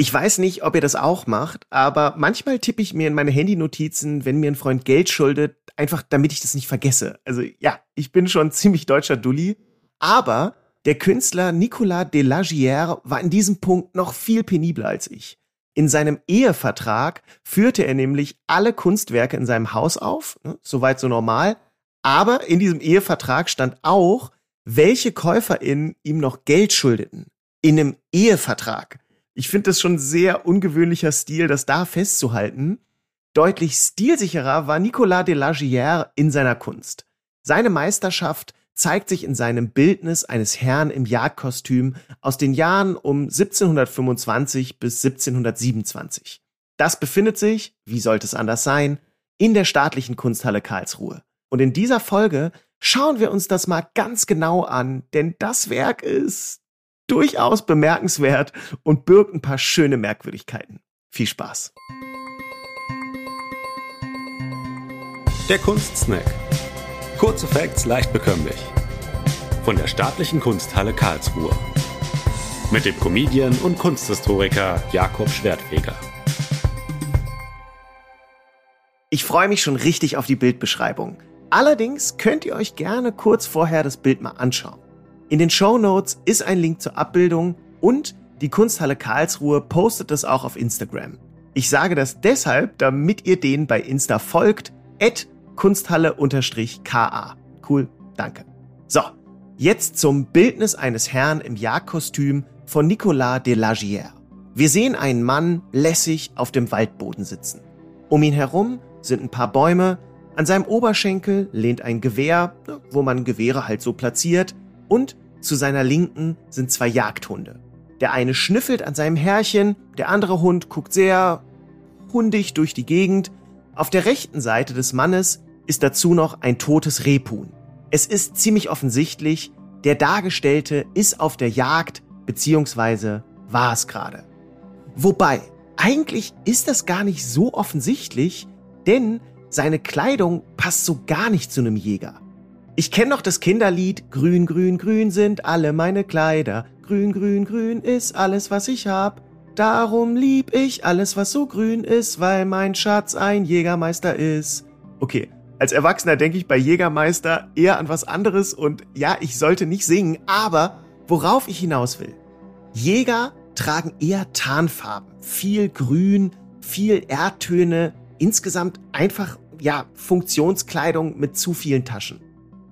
Ich weiß nicht, ob ihr das auch macht, aber manchmal tippe ich mir in meine Handynotizen, wenn mir ein Freund Geld schuldet, einfach damit ich das nicht vergesse. Also ja, ich bin schon ziemlich deutscher Dulli, aber der Künstler Nicolas de Lagière war in diesem Punkt noch viel penibler als ich. In seinem Ehevertrag führte er nämlich alle Kunstwerke in seinem Haus auf, soweit so normal, aber in diesem Ehevertrag stand auch, welche KäuferInnen ihm noch Geld schuldeten. In einem Ehevertrag. Ich finde das schon sehr ungewöhnlicher Stil, das da festzuhalten. Deutlich stilsicherer war Nicolas de Lagière in seiner Kunst. Seine Meisterschaft zeigt sich in seinem Bildnis eines Herrn im Jagdkostüm aus den Jahren um 1725 bis 1727. Das befindet sich, wie sollte es anders sein, in der Staatlichen Kunsthalle Karlsruhe. Und in dieser Folge schauen wir uns das mal ganz genau an, denn das Werk ist durchaus bemerkenswert und birgt ein paar schöne Merkwürdigkeiten. Viel Spaß! Der Kunstsnack. Kurze Facts leicht bekömmlich. Von der Staatlichen Kunsthalle Karlsruhe. Mit dem Comedian und Kunsthistoriker Jakob Schwertfeger. Ich freue mich schon richtig auf die Bildbeschreibung. Allerdings könnt ihr euch gerne kurz vorher das Bild mal anschauen. In den Shownotes ist ein Link zur Abbildung und die Kunsthalle Karlsruhe postet es auch auf Instagram. Ich sage das deshalb, damit ihr denen bei Insta folgt, @kunsthalle_ka. Cool, danke. So, jetzt zum Bildnis eines Herrn im Jagdkostüm von Nicolas de Lagière. Wir sehen einen Mann lässig auf dem Waldboden sitzen. Um ihn herum sind ein paar Bäume, an seinem Oberschenkel lehnt ein Gewehr, wo man Gewehre halt so platziert, und zu seiner Linken sind 2 Jagdhunde. Der eine schnüffelt an seinem Härchen, der andere Hund guckt sehr hundig durch die Gegend. Auf der rechten Seite des Mannes ist dazu noch ein totes Rebhuhn. Es ist ziemlich offensichtlich, der Dargestellte ist auf der Jagd, beziehungsweise war es gerade. Wobei, eigentlich ist das gar nicht so offensichtlich, denn seine Kleidung passt so gar nicht zu einem Jäger. Ich kenne noch das Kinderlied Grün, grün, grün sind alle meine Kleider. Grün, grün, grün ist alles, was ich hab. Darum lieb ich alles, was so grün ist, weil mein Schatz ein Jägermeister ist. Okay, als Erwachsener denke ich bei Jägermeister eher an was anderes und ja, ich sollte nicht singen, aber worauf ich hinaus will. Jäger tragen eher Tarnfarben, viel Grün, viel Erdtöne, insgesamt einfach, Funktionskleidung mit zu vielen Taschen.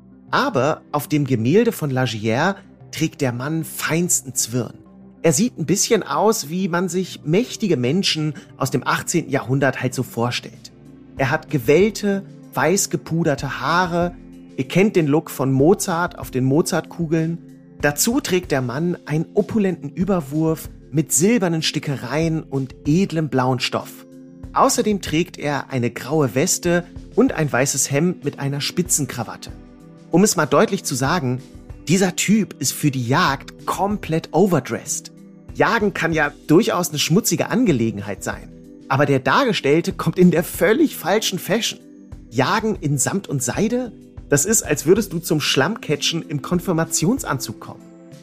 Aber auf dem Gemälde von Lagière trägt der Mann feinsten Zwirn. Er sieht ein bisschen aus, wie man sich mächtige Menschen aus dem 18. Jahrhundert halt so vorstellt. Er hat gewellte, weiß gepuderte Haare. Ihr kennt den Look von Mozart auf den Mozartkugeln. Dazu trägt der Mann einen opulenten Überwurf mit silbernen Stickereien und edlem blauen Stoff. Außerdem trägt er eine graue Weste und ein weißes Hemd mit einer Spitzenkrawatte. Um es mal deutlich zu sagen, dieser Typ ist für die Jagd komplett overdressed. Jagen kann ja durchaus eine schmutzige Angelegenheit sein, aber der Dargestellte kommt in der völlig falschen Fashion. Jagen in Samt und Seide? Das ist, als würdest du zum Schlammcatchen im Konfirmationsanzug kommen.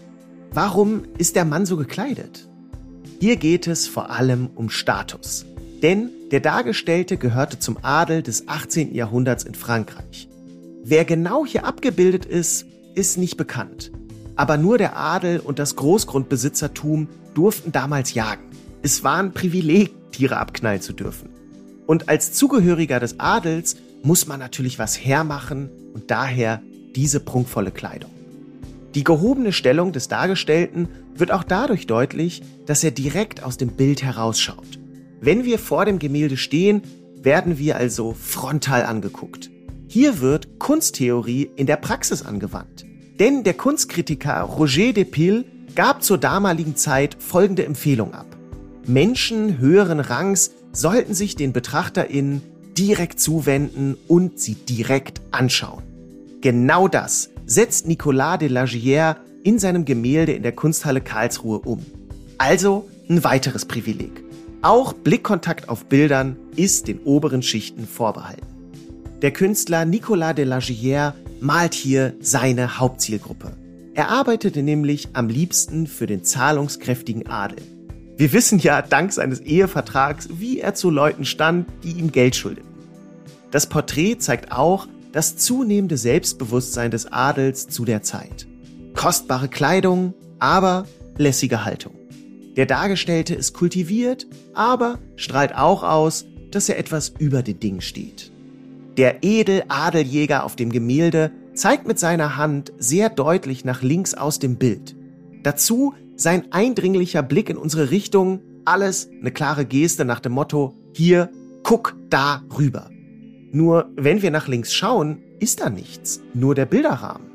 Warum ist der Mann so gekleidet? Hier geht es vor allem um Status. Denn der Dargestellte gehörte zum Adel des 18. Jahrhunderts in Frankreich. Wer genau hier abgebildet ist, ist nicht bekannt. Aber nur der Adel und das Großgrundbesitzertum durften damals jagen. Es war ein Privileg, Tiere abknallen zu dürfen. Und als Zugehöriger des Adels muss man natürlich was hermachen und daher diese prunkvolle Kleidung. Die gehobene Stellung des Dargestellten wird auch dadurch deutlich, dass er direkt aus dem Bild herausschaut. Wenn wir vor dem Gemälde stehen, werden wir also frontal angeguckt. Hier wird Kunsttheorie in der Praxis angewandt. Denn der Kunstkritiker Roger Depille gab zur damaligen Zeit folgende Empfehlung ab. Menschen höheren Rangs sollten sich den BetrachterInnen direkt zuwenden und sie direkt anschauen. Genau das setzt Nicolas de Lagière in seinem Gemälde in der Kunsthalle Karlsruhe um. Also ein weiteres Privileg. Auch Blickkontakt auf Bildern ist den oberen Schichten vorbehalten. Der Künstler Nicolas de Lagière malt hier seine Hauptzielgruppe. Er arbeitete nämlich am liebsten für den zahlungskräftigen Adel. Wir wissen ja dank seines Ehevertrags, wie er zu Leuten stand, die ihm Geld schuldeten. Das Porträt zeigt auch das zunehmende Selbstbewusstsein des Adels zu der Zeit. Kostbare Kleidung, aber lässige Haltung. Der Dargestellte ist kultiviert, aber strahlt auch aus, dass er etwas über den Dingen steht. Der Edeladeljäger auf dem Gemälde zeigt mit seiner Hand sehr deutlich nach links aus dem Bild. Dazu sein eindringlicher Blick in unsere Richtung, alles eine klare Geste nach dem Motto, hier, guck da rüber. Nur wenn wir nach links schauen, ist da nichts, nur der Bilderrahmen.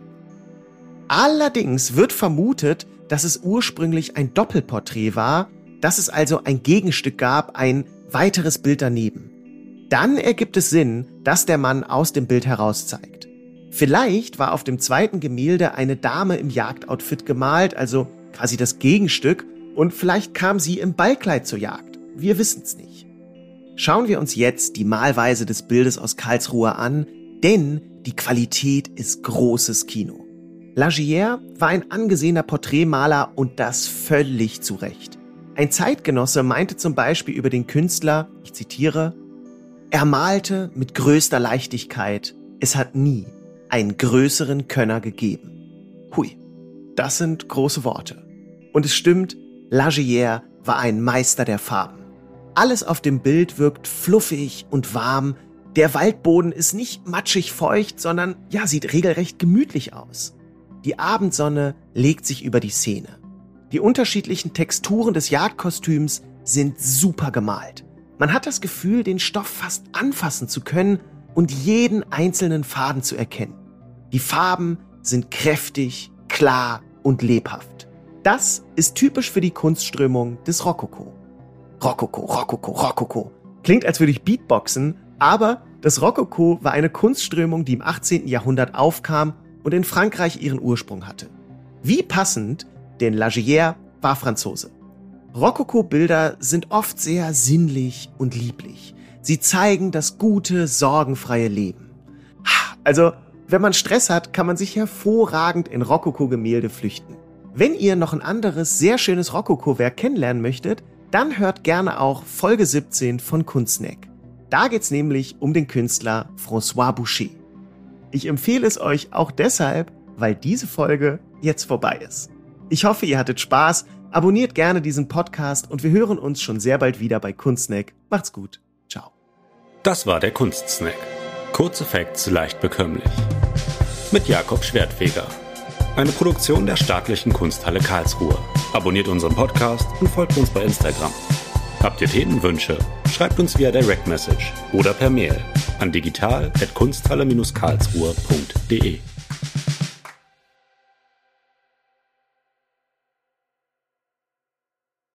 Allerdings wird vermutet, dass es ursprünglich ein Doppelporträt war, dass es also ein Gegenstück gab, ein weiteres Bild daneben. Dann ergibt es Sinn, dass der Mann aus dem Bild heraus zeigt. Vielleicht war auf dem zweiten Gemälde eine Dame im Jagdoutfit gemalt, also quasi das Gegenstück, und vielleicht kam sie im Ballkleid zur Jagd. Wir wissen es nicht. Schauen wir uns jetzt die Malweise des Bildes aus Karlsruhe an, denn die Qualität ist großes Kino. Lagier war ein angesehener Porträtmaler und das völlig zu Recht. Ein Zeitgenosse meinte zum Beispiel über den Künstler, ich zitiere, er malte mit größter Leichtigkeit, es hat nie einen größeren Könner gegeben. Hui, das sind große Worte. Und es stimmt, Lagier war ein Meister der Farben. Alles auf dem Bild wirkt fluffig und warm. Der Waldboden ist nicht matschig feucht, sondern sieht regelrecht gemütlich aus. Die Abendsonne legt sich über die Szene. Die unterschiedlichen Texturen des Jagdkostüms sind super gemalt. Man hat das Gefühl, den Stoff fast anfassen zu können und jeden einzelnen Faden zu erkennen. Die Farben sind kräftig, klar und lebhaft. Das ist typisch für die Kunstströmung des Rokoko. Rokoko, Rokoko, Rokoko. Klingt, als würde ich Beatboxen, aber das Rokoko war eine Kunstströmung, die im 18. Jahrhundert aufkam und in Frankreich ihren Ursprung hatte. Wie passend, denn Lagier war Franzose. Rokoko-Bilder sind oft sehr sinnlich und lieblich. Sie zeigen das gute, sorgenfreie Leben. Also, wenn man Stress hat, kann man sich hervorragend in Rokoko-Gemälde flüchten. Wenn ihr noch ein anderes, sehr schönes Rokoko-Werk kennenlernen möchtet, dann hört gerne auch Folge 17 von Kunstsnack. Da geht's nämlich um den Künstler François Boucher. Ich empfehle es euch auch deshalb, weil diese Folge jetzt vorbei ist. Ich hoffe, ihr hattet Spaß, abonniert gerne diesen Podcast und wir hören uns schon sehr bald wieder bei Kunstsnack. Macht's gut. Ciao. Das war der Kunstsnack. Kurze Facts leicht bekömmlich. Mit Jakob Schwertfeger. Eine Produktion der Staatlichen Kunsthalle Karlsruhe. Abonniert unseren Podcast und folgt uns bei Instagram. Habt ihr Themenwünsche? Schreibt uns via Direct Message oder per Mail an digital@kunsthalle-karlsruhe.de.